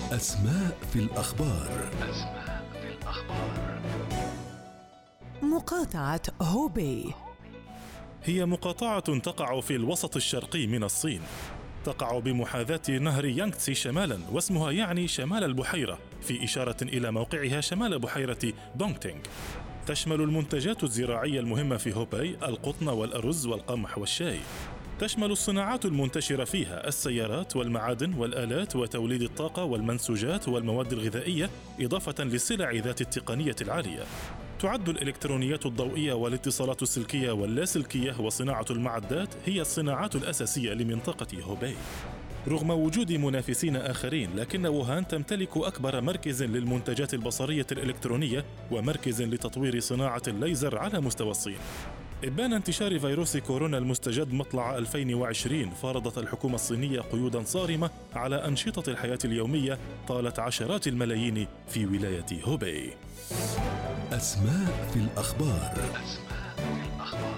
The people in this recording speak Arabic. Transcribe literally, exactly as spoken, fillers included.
أسماء في الأخبار. أسماء في الأخبار. مقاطعة هوبي هي مقاطعة تقع في الوسط الشرقي من الصين، تقع بمحاذاة نهر يانغتسي شمالا، واسمها يعني شمال البحيرة، في إشارة إلى موقعها شمال بحيرة دونغتينغ. تشمل المنتجات الزراعية المهمة في هوبي القطن والأرز والقمح والشاي. تشمل الصناعات المنتشرة فيها السيارات والمعادن والآلات وتوليد الطاقة والمنسوجات والمواد الغذائية، إضافة للسلع ذات التقنية العالية. تعد الإلكترونيات الضوئية والاتصالات السلكية واللاسلكية وصناعة المعدات هي الصناعات الأساسية لمنطقة هوبي. رغم وجود منافسين آخرين، لكن ووهان تمتلك أكبر مركز للمنتجات البصرية الإلكترونية ومركز لتطوير صناعة الليزر على مستوى الصين. إبان انتشار فيروس كورونا المستجد مطلع ألفين وعشرين، فرضت الحكومة الصينية قيودا صارمة على أنشطة الحياة اليومية طالت عشرات الملايين في ولاية هوبي. أسماء في الأخبار. أسماء في الأخبار.